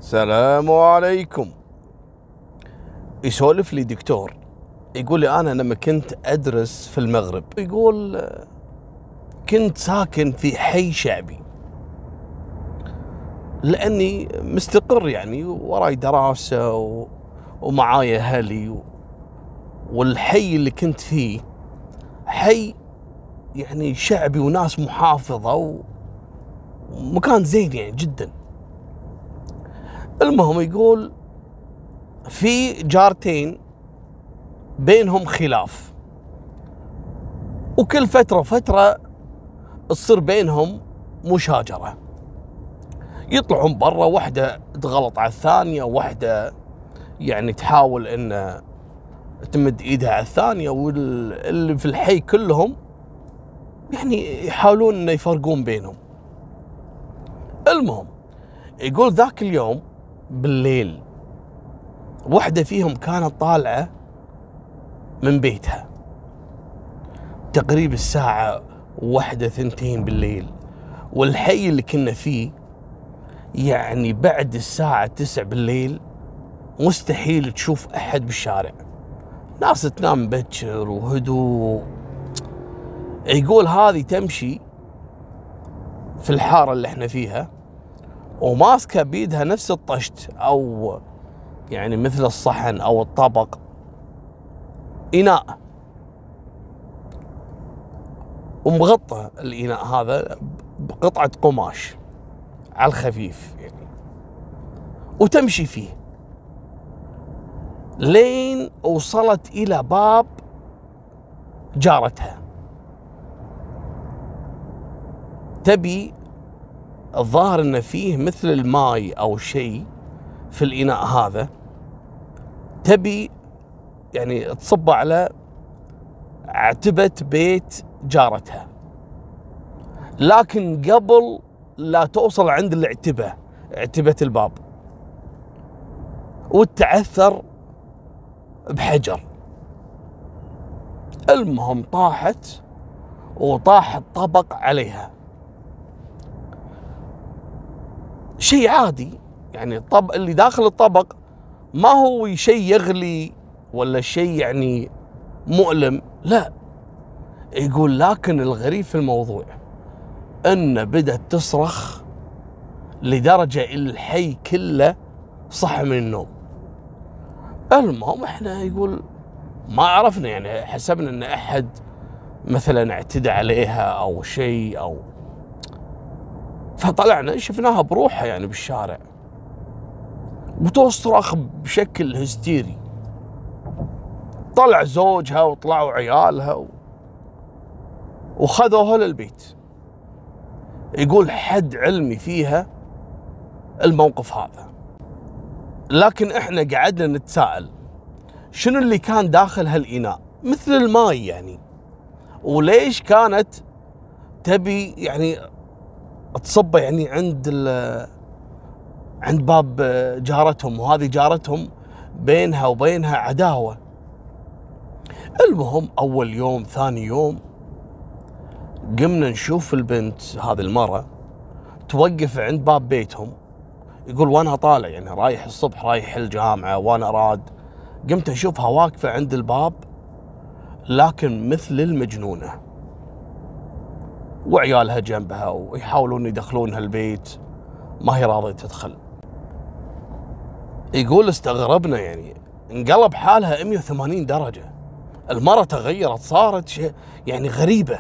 السلام عليكم. يسولف لي دكتور يقول لي أنا لما كنت أدرس في المغرب، يقول كنت ساكن في حي شعبي لأني مستقر يعني وراي دراسة ومعاي أهلي والحي اللي كنت فيه حي يعني شعبي وناس محافظة ومكان زين يعني جدا. المهم يقول في جارتين بينهم خلاف، وكل فترة تصير بينهم مشاجرة، يطلعون برا، واحدة تغلط على الثانية، واحدة يعني تحاول ان تمد ايدها على الثانية، واللي في الحي كلهم يعني يحاولون ان يفرقون بينهم. المهم يقول ذاك اليوم بالليل واحدة فيهم كانت طالعة من بيتها تقريبا الساعة 1-2 بالليل، والحي اللي كنا فيه يعني بعد الساعة 9 بالليل مستحيل تشوف أحد بالشارع، ناس تنام بكر وهدوء. يقول هذه تمشي في الحارة اللي احنا فيها وماسكة بيدها نفس الطشت أو يعني مثل الصحن أو الطبق، إناء، ومغطى الإناء هذا بقطعة قماش على الخفيف يعني، وتمشي فيه لين وصلت إلى باب جارتها، تبي الظاهر إن فيه مثل الماي أو شيء في الإناء هذا، تبي يعني تصب على عتبة بيت جارتها، لكن قبل لا توصل عند العتبة، عتبة الباب، وتعثر بحجر. المهم طاحت وطاح الطبق عليها، شيء عادي يعني اللي داخل الطبق ما هو شيء يغلي ولا شيء يعني مؤلم، لا. يقول لكن الغريب في الموضوع ان بدأت تصرخ لدرجة الحي كله صح من النوم. المهم احنا يقول ما عرفنا يعني، حسبنا ان احد مثلا اعتدى عليها او شيء، او فطلعنا شفناها بروحها يعني بالشارع وتصرخ بشكل هستيري. طلع زوجها وطلعوا عيالها وخذوها للبيت. يقول حد علمي فيها الموقف هذا، لكن احنا قعدنا نتساءل شنو اللي كان داخل هالإناء مثل الماي يعني، وليش كانت تبي يعني تصبه يعني عند باب جارتهم، وهذه جارتهم بينها وبينها عداوة. المهم أول يوم ثاني يوم قمنا نشوف البنت هذه المرة توقف عند باب بيتهم. يقول وانا طالع يعني رايح الصبح رايح الجامعة وانا راد، قمت اشوفها واقفة عند الباب لكن مثل المجنونة، وعيالها جنبها ويحاولون يدخلونها البيت، ما هي راضية تدخل. يقول استغربنا يعني، انقلب حالها 180 درجة، المرة تغيرت، صارت شيء يعني غريبة.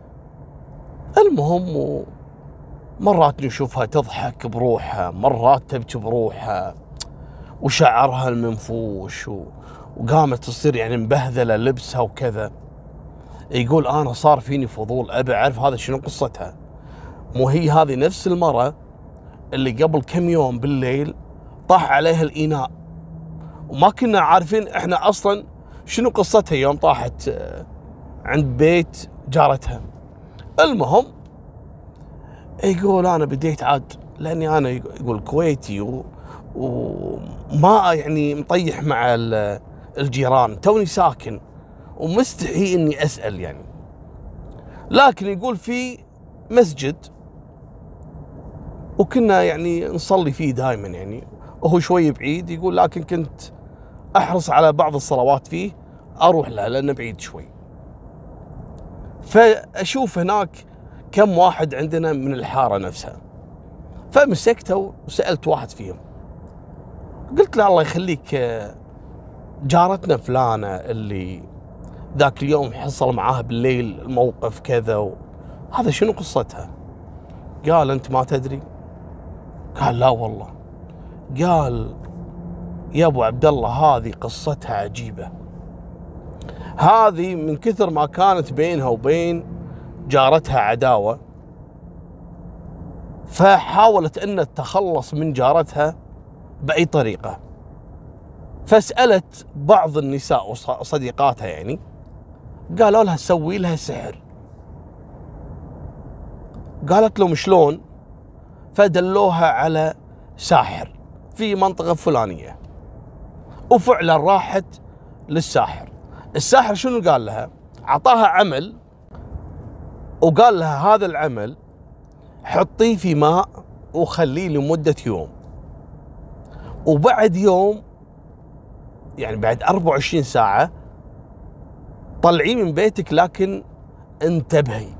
المهم مرات نشوفها تضحك بروحها، مرات تبكي بروحها، وشعرها المنفوش وقامت تصير يعني مبهذلة لبسها وكذا. يقول أنا صار فيني فضول أبي أعرف هذا شنو قصتها، مو هي هذه نفس المرة اللي قبل كم يوم بالليل طاح عليها الإناء وما كنا عارفين إحنا أصلا شنو قصتها يوم طاحت عند بيت جارتها. المهم يقول أنا بديت عاد، لأني أنا يقول كويتي وما يعني مطيح مع الجيران، توني ساكن ومستحي إني أسأل يعني، لكن يقول في مسجد وكنا يعني نصلي فيه دائما يعني، وهو شوي بعيد، يقول لكن كنت أحرص على بعض الصلوات فيه أروح له لأنه بعيد شوي. فأشوف هناك كم واحد عندنا من الحارة نفسها. فمسكته وسألت واحد فيهم، قلت له الله يخليك، جارتنا فلانة اللي ذاك اليوم حصل معاها بالليل الموقف كذا، هذا شنو قصتها؟ قال أنت ما تدري؟ قال لا والله. قال يا أبو عبد الله هذه قصتها عجيبة، هذه من كثر ما كانت بينها وبين جارتها عداوة، فحاولت أن تتخلص من جارتها بأي طريقة، فسألت بعض النساء وصديقاتها يعني، قالوا لها سوي لها سحر. قالت لهم شلون؟ فدلوها على ساحر في منطقة فلانية، وفعلا راحت للساحر. الساحر شنو قال لها؟ عطاها عمل وقال لها هذا العمل حطيه في ماء وخليه لمدة يوم، وبعد يوم يعني بعد 24 ساعة طلعيه من بيتك، لكن انتبهي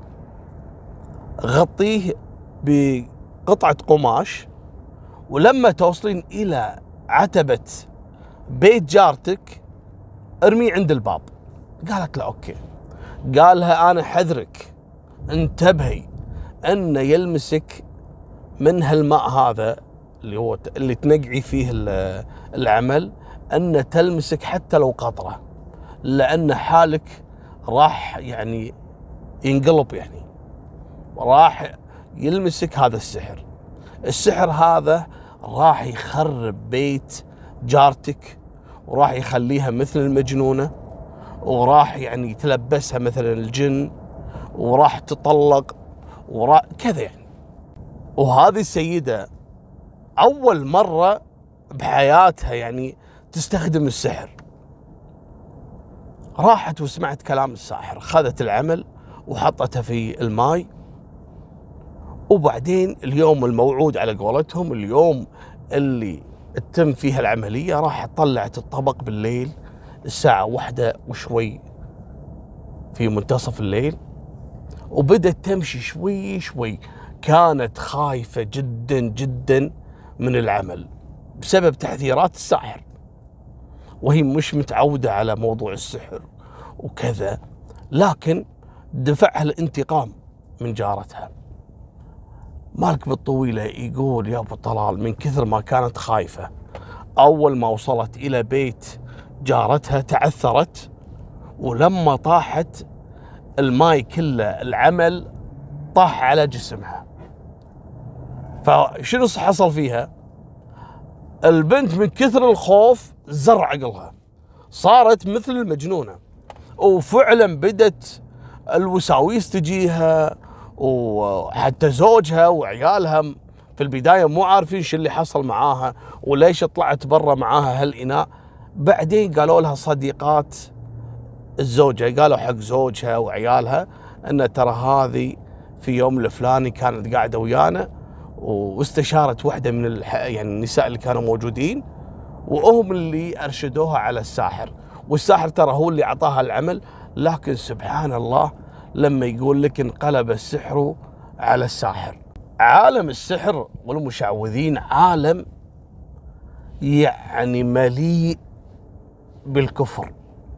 غطيه بقطعة قماش، ولما توصلين إلى عتبة بيت جارتك ارميه عند الباب. قالت له أوكي. قالها أنا حذرك، انتبهي أن يلمسك من هالماء هذا اللي تنقعي فيه العمل، أن تلمسك حتى لو قطرة، لأن حالك راح يعني ينقلب، يعني راح يلمسك هذا السحر. السحر هذا راح يخرب بيت جارتك، وراح يخليها مثل المجنونة، وراح يعني تلبسها مثلا الجن، وراح تطلق كذا يعني. وهذه السيدة أول مرة بحياتها يعني تستخدم السحر. راحت وسمعت كلام الساحر، خذت العمل وحطتها في الماء، وبعدين اليوم الموعود على قولتهم، اليوم اللي تتم فيها العملية، راح طلعت الطبق بالليل الساعة 1 وشوي في منتصف الليل، وبدت تمشي شوي شوي. كانت خايفة جدا جدا من العمل بسبب تحذيرات الساحر، وهي مش متعودة على موضوع السحر وكذا، لكن دفعها الانتقام من جارتها. مالك بالطويلة يقول يا أبو طلال من كثر ما كانت خايفة، أول ما وصلت إلى بيت جارتها تعثرت، ولما طاحت الماي كله العمل طاح على جسمها. فشنو حصل فيها؟ البنت من كثر الخوف زر عقلها، صارت مثل المجنونة، وفعلا بدت الوساويس تجيها، وحتى زوجها وعيالها في البداية مو عارفين شو اللي حصل معاها وليش طلعت برا معاها هالإناء. بعدين قالوا لها صديقات الزوجة، قالوا حق زوجها وعيالها أن ترى هذه في يوم الفلاني كانت قاعدة ويانا، واستشارت واحدة من يعني النساء اللي كانوا موجودين، وهم اللي أرشدوها على الساحر، والساحر ترى هو اللي أعطاها العمل. لكن سبحان الله لما يقول لك انقلب السحر على الساحر. عالم السحر والمشعوذين عالم يعني مليء بالكفر.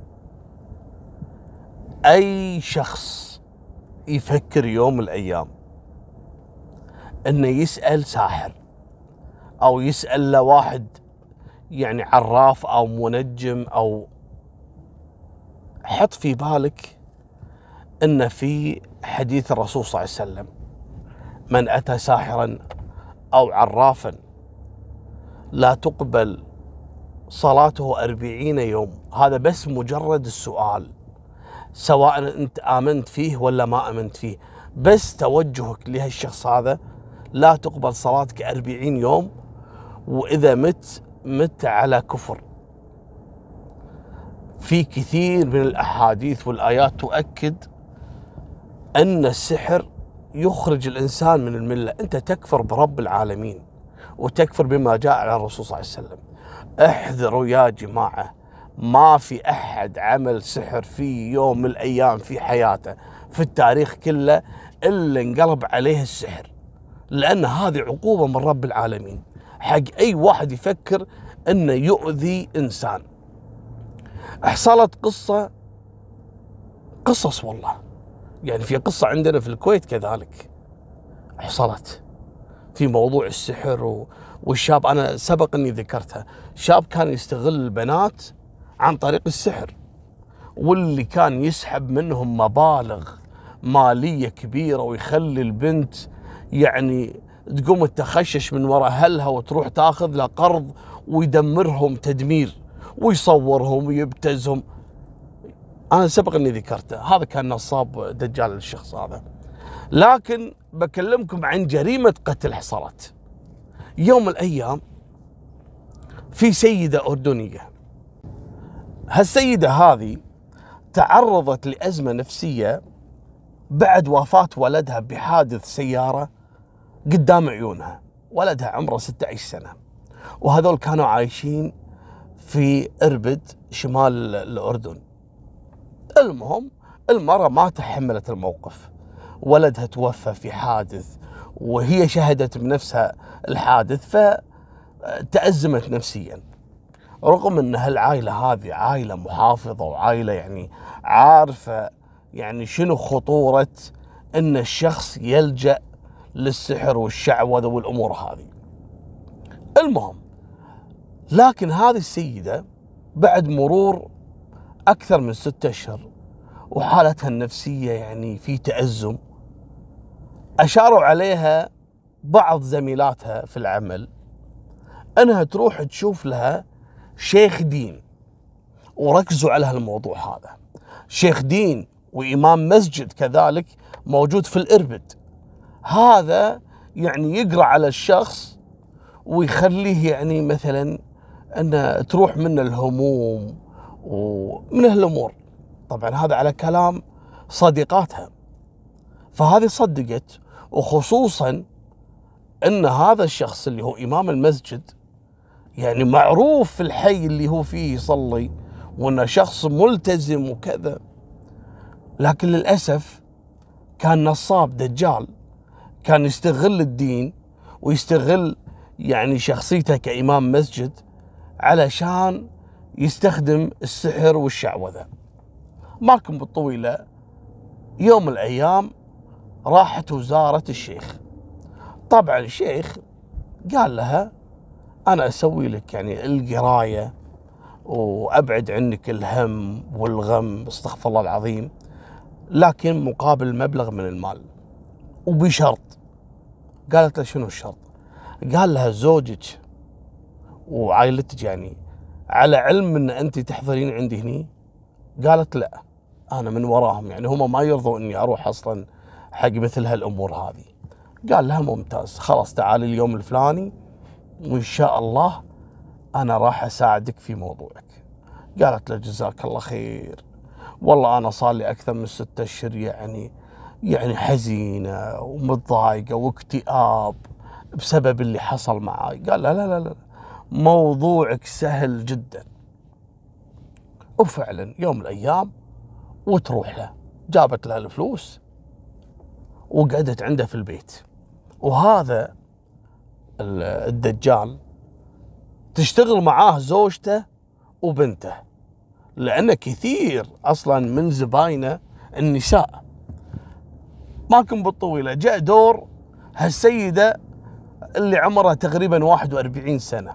أي شخص يفكر يوم من الأيام أنه يسأل ساحر أو يسأل لواحد يعني عراف أو منجم، أو حط في بالك أن في حديث الرسول صلى الله عليه وسلم من أتى ساحرا أو عرافا لا تقبل صلاته 40 يوم. هذا بس مجرد السؤال، سواء أنت آمنت فيه ولا ما آمنت فيه، بس توجهك لهالشخص هذا لا تقبل صلاتك 40 يوم، وإذا مت على كفر. في كثير من الأحاديث والآيات تؤكد أن السحر يخرج الإنسان من الملة. أنت تكفر برب العالمين وتكفر بما جاء على الرسول صلى الله عليه وسلم. احذروا يا جماعة، ما في أحد عمل سحر في يوم من الأيام في حياته في التاريخ كله إلا انقلب عليه السحر، لأن هذه عقوبة من رب العالمين حق أي واحد يفكر أنه يؤذي إنسان. حصلت قصص والله، يعني في قصة عندنا في الكويت كذلك حصلت في موضوع السحر والشاب، أنا سبق أني ذكرتها، شاب كان يستغل البنات عن طريق السحر، واللي كان يسحب منهم مبالغ مالية كبيرة، ويخلي البنت يعني تقوم تخشش من وراء أهلها وتروح تاخذ له قرض ويدمرهم تدمير ويصورهم ويبتزهم. أنا سبق أني ذكرته، هذا كان نصاب دجال الشخص هذا. لكن بكلمكم عن جريمة قتل حصلت يوم من الأيام في سيدة أردنية. هالسيدة هذه تعرضت لأزمة نفسية بعد وفاة ولدها بحادث سيارة قدام عيونها. ولدها عمره 16 سنة، وهذول كانوا عايشين في إربد شمال الأردن. المهم المرأة ما تحملت الموقف، ولدها توفى في حادث وهي شهدت بنفسها الحادث، فتأزمت نفسيا، رغم أن هالعائلة هذه عائلة محافظة وعائلة يعني عارفة يعني شنو خطورة أن الشخص يلجأ للسحر والشعوذة والأمور هذه. المهم لكن هذه السيدة بعد مرور أكثر من 6 أشهر وحالتها النفسية يعني في تأزم، أشاروا عليها بعض زميلاتها في العمل أنها تروح تشوف لها شيخ دين، وركزوا على هالموضوع هذا. شيخ دين وإمام مسجد كذلك موجود في الإربد، هذا يعني يقرأ على الشخص ويخليه يعني مثلا أن تروح منه الهموم ومن هالأمور. طبعا هذا على كلام صديقاتها، فهذه صدقت، وخصوصا أن هذا الشخص اللي هو إمام المسجد يعني معروف في الحي اللي هو فيه يصلي، وأنه شخص ملتزم وكذا، لكن للأسف كان نصاب دجال، كان يستغل الدين ويستغل يعني شخصيته كإمام مسجد علشان يستخدم السحر والشعوذة. ماكم بالطويلة يوم من الأيام راحت وزارة الشيخ. طبعا الشيخ قال لها أنا أسوي لك يعني القراية وأبعد عنك الهم والغم، استغفر الله العظيم، لكن مقابل مبلغ من المال وبشرط. قالت له شنو الشرط؟ قال لها زوجك وعائلتك يعني على علم ان انت تحضرين عندي هني؟ قالت لا، انا من وراهم، يعني هم ما يرضوا اني اروح اصلا حق مثل هالامور هذه. قال لها ممتاز، خلاص تعالي اليوم الفلاني وان شاء الله انا راح اساعدك في موضوعك. قالت له جزاك الله خير، والله انا صار لي اكثر من 6 أشهر يعني حزينه ومتضايقه واكتئاب بسبب اللي حصل معاي. قال لا لا لا، موضوعك سهل جدا. وفعلا يوم من الايام وتروح له، جابت له الفلوس وقعدت عنده في البيت. وهذا الدجال تشتغل معاه زوجته وبنته، لأن كثير أصلا من زباينه النساء. ماكم بالطويلة جاء دور هالسيدة اللي عمرها تقريبا 41 سنة،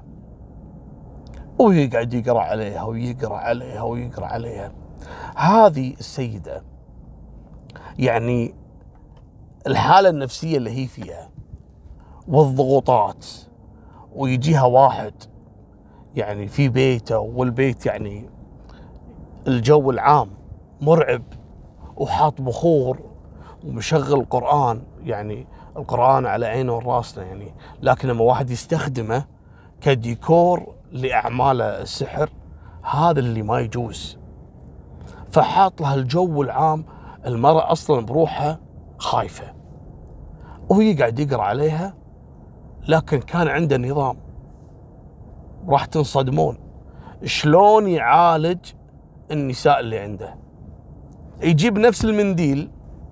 ويقعد يقرأ عليها ويقرأ عليها ويقرأ عليها. هذه السيدة يعني الحالة النفسية اللي هي فيها والضغوطات، ويجيها واحد يعني في بيته، والبيت يعني الجو العام مرعب وحاط بخور ومشغل قرآن، يعني القرآن على عينه وراسنا يعني، لكن لما واحد يستخدمه كديكور لأعمال السحر هذا اللي ما يجوز. فحاط لها الجو العام، المرأة أصلا بروحها خايفة، وهي قاعد يقرأ عليها لكن كان عنده نظام. راح تنصدمون شلون يعالج النساء اللي عنده. يجيب نفس المنديل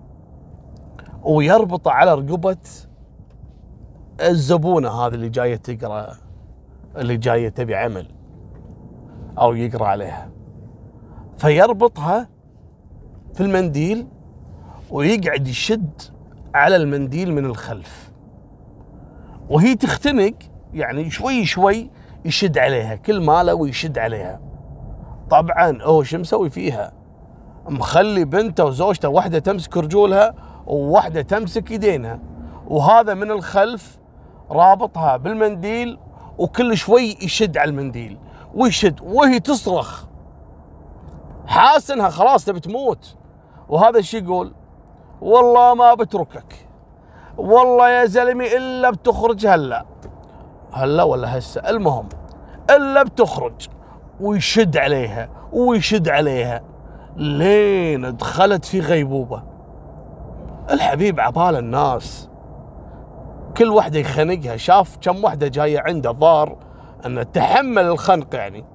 ويربطه على رقبة الزبونة هذه اللي جاية تقرأ، اللي جاية تبي عمل أو يقرأ عليها، فيربطها في المنديل ويقعد يشد على المنديل من الخلف، وهي تختنق، يعني شوي شوي يشد عليها، كل ماله ويشد عليها. طبعا هو شو مسوي فيها؟ مخلي بنته وزوجته واحدة تمسك رجولها وواحدة تمسك يدينها، وهذا من الخلف رابطها بالمنديل، وكل شوي يشد على المنديل ويشد، وهي تصرخ حاس انها خلاص تبي تموت. وهذا الشيء يقول والله ما بتركك، والله يا زلمي الا بتخرج هلا ولا هسه، المهم الا بتخرج، ويشد عليها ويشد عليها لين دخلت في غيبوبة. الحبيب عبال الناس كل واحدة يخنقها، شاف كم واحدة جاية عنده ضار انه تحمل الخنق. يعني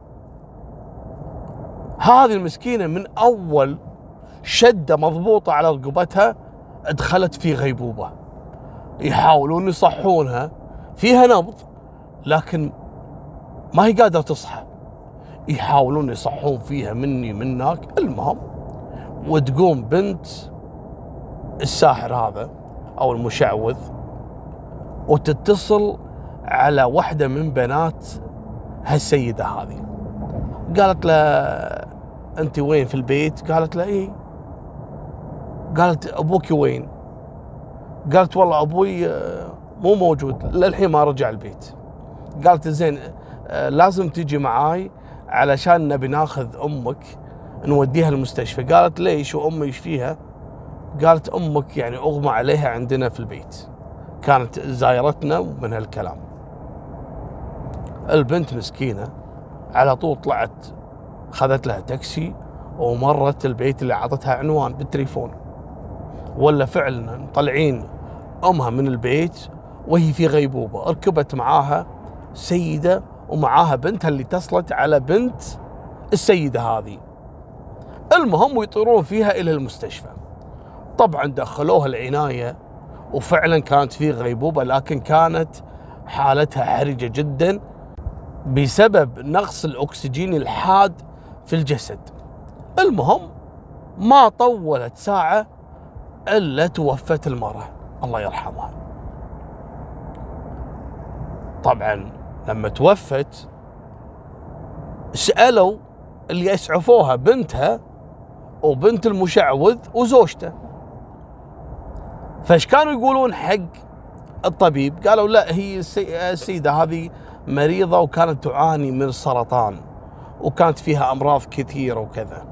هذه المسكينة من اول شدة مضبوطة على رقبتها دخلت في غيبوبة. يحاولون يصحونها، فيها نبض لكن ما هي قادرة تصحى، يحاولون يصحون فيها مني منك. المهم وتقوم بنت الساحر هذا او المشعوذ وتتصل على واحدة من بنات هالسيدة هذه. قالت له انت وين في البيت؟ قالت له ايه. قالت ابوك وين؟ قالت والله ابوي مو موجود للحين، ما رجع البيت. قالت زين لازم تيجي معاي علشان نبي ناخذ امك نوديها المستشفى. قالت ليش وامي ايش فيها؟ قالت امك يعني اغمى عليها عندنا في البيت، كانت زايرتنا ومن هالكلام. البنت مسكينة على طول طلعت خذت لها تاكسي ومرت البيت اللي عطتها عنوان بالتليفون، ولا فعلا طلعين امها من البيت وهي في غيبوبة. ركبت معاها سيدة ومعاها بنتها اللي اتصلت على بنت السيدة هذه. المهم ويطيرون فيها الى المستشفى. طبعا دخلوها العناية وفعلا كانت في غيبوبة، لكن كانت حالتها حرجة جدا بسبب نقص الأكسجين الحاد في الجسد. المهم ما طولت ساعة إلا توفت المرأة الله يرحمها. طبعا لما توفت سألوا اللي أسعفوها بنتها وبنت المشعوذ وزوجته، فايش كانوا يقولون حق الطبيب؟ قالوا لا هي السيدة هذه مريضة وكانت تعاني من السرطان وكانت فيها أمراض كثيرة وكذا.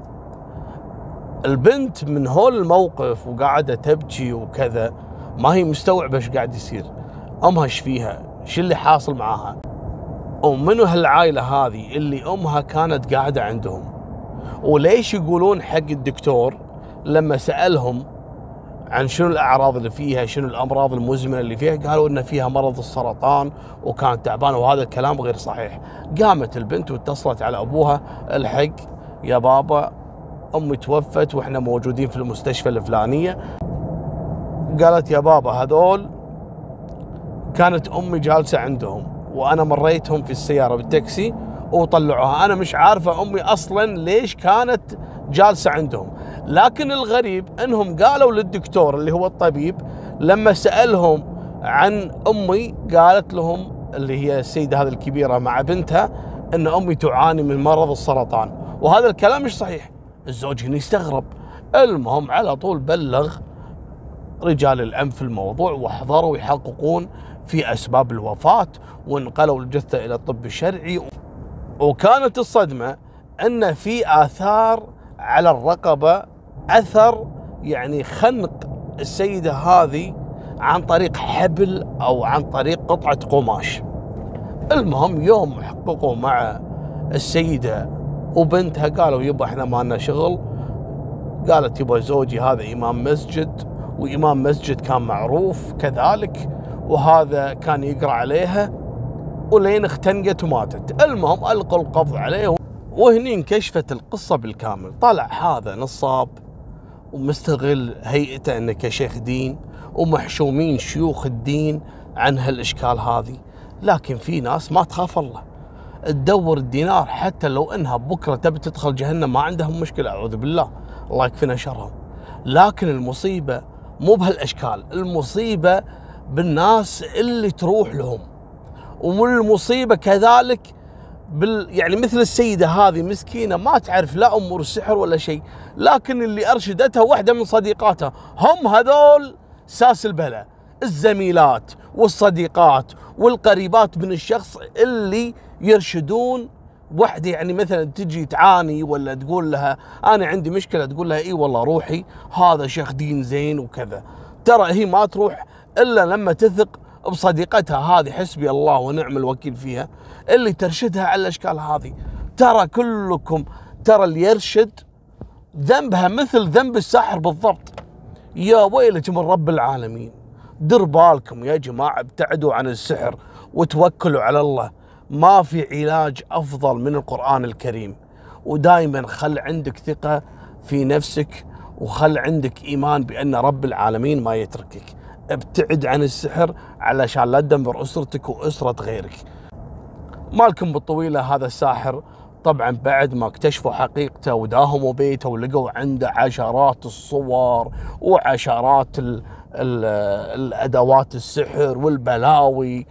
البنت من هول الموقف وقاعدة تبكي وكذا ما هي مستوعبة ايش قاعد يصير، أمها ايش فيها، ايش اللي حاصل معاها، ومنو هالعائلة هذه اللي أمها كانت قاعدة عندهم. وليش يقولون حق الدكتور لما سألهم عن شنو الأعراض اللي فيها، شنو الأمراض المزمنة اللي فيها، قالوا إن فيها مرض السرطان وكانت تعبانة، وهذا الكلام غير صحيح. قامت البنت واتصلت على أبوها، الحق يا بابا أمي توفت وإحنا موجودين في المستشفى الفلانية. قالت يا بابا هذول كانت أمي جالسة عندهم وأنا مريتهم في السيارة بالتاكسي وطلعوها، أنا مش عارفة أمي أصلا ليش كانت جالسة عندهم. لكن الغريب أنهم قالوا للدكتور اللي هو الطبيب لما سألهم عن أمي قالت لهم اللي هي السيدة هذه الكبيرة مع بنتها أن أمي تعاني من مرض السرطان، وهذا الكلام مش صحيح. الزوج هنا يستغرب. المهم على طول بلغ رجال الأمن في الموضوع وحضروا يحققون في أسباب الوفاة وانقلوا الجثة إلى الطب الشرعي. وكانت الصدمة أن في آثار على الرقبة، أثر يعني خنق السيدة هذه عن طريق حبل أو عن طريق قطعة قماش. المهم يوم حققوا مع السيدة وبنتها قالوا يبا احنا ما لنا شغل. قالت يبا زوجي هذا إمام مسجد، وإمام مسجد كان معروف كذلك، وهذا كان يقرأ عليها ولين اختنقت وماتت. المهم ألقوا القبض عليه، وهني انكشفت القصة بالكامل. طلع هذا نصاب ومستغل هيئته انه كشيخ دين، ومحشومين شيوخ الدين عن هالاشكال هذه. لكن في ناس ما تخاف الله، تدور الدينار حتى لو انها بكره تبي تدخل جهنم ما عندهم مشكله، اعوذ بالله، الله يكفينا شرهم. لكن المصيبه مو بهالاشكال، المصيبه بالناس اللي تروح لهم، والمصيبه كذلك يعني مثل السيدة هذه مسكينة ما تعرف لا أمور السحر ولا شيء، لكن اللي أرشدتها واحدة من صديقاتها. هم هذول ساس البلاء، الزميلات والصديقات والقريبات من الشخص اللي يرشدون وحدة. يعني مثلا تجي تعاني ولا تقول لها أنا عندي مشكلة، تقول لها إي والله روحي، هذا شيخ دين زين وكذا. ترى هي ما تروح إلا لما تثق بصديقتها هذه، حسبي الله ونعم الوكيل فيها، اللي ترشدها على الاشكال هذه. ترى كلكم، ترى اللي يرشد ذنبها مثل ذنب الساحر بالضبط. يا ويلك من رب العالمين. دير بالكم يا جماعه، ابتعدوا عن السحر وتوكلوا على الله. ما في علاج افضل من القرآن الكريم. ودائما خل عندك ثقه في نفسك، وخل عندك ايمان بان رب العالمين ما يتركك. ابتعد عن السحر علشان لا تدمر اسرتك واسره غيرك. مالكم بالطويله، هذا الساحر طبعا بعد ما اكتشفوا حقيقته وداهموا بيته ولقوا عنده عشرات الصور وعشرات الادوات السحر والبلاوي،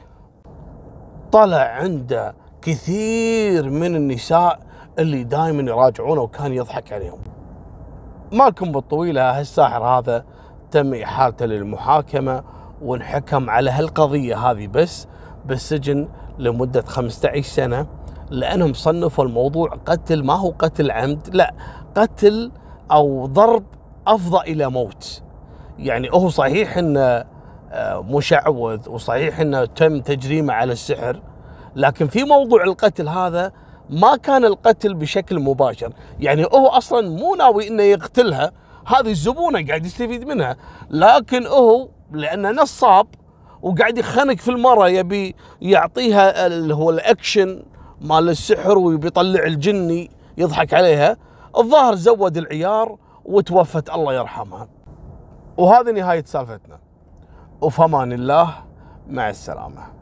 طلع عنده كثير من النساء اللي دائما يراجعونه وكان يضحك عليهم. مالكم بالطويله، هالساحر هذا تم احالته للمحاكمه وانحكم على هالقضيه هذه بس بالسجن لمده 15 سنه، لانهم صنفوا الموضوع قتل، ما هو قتل عمد، لا، قتل او ضرب افضى الى موت. يعني هو صحيح انه مشعوذ، وصحيح انه تم تجريمه على السحر، لكن في موضوع القتل هذا ما كان القتل بشكل مباشر. يعني هو اصلا مو ناوي انه يقتلها، هذه الزبونه قاعد يستفيد منها، لكن هو لانه نصاب وقاعد يخنق في المرة، يبي يعطيها اللي هو الاكشن مال السحر وبيطلع الجني يضحك عليها، الظاهر زود العيار وتوفت الله يرحمها. وهذه نهاية سالفتنا، وفمان الله، مع السلامة.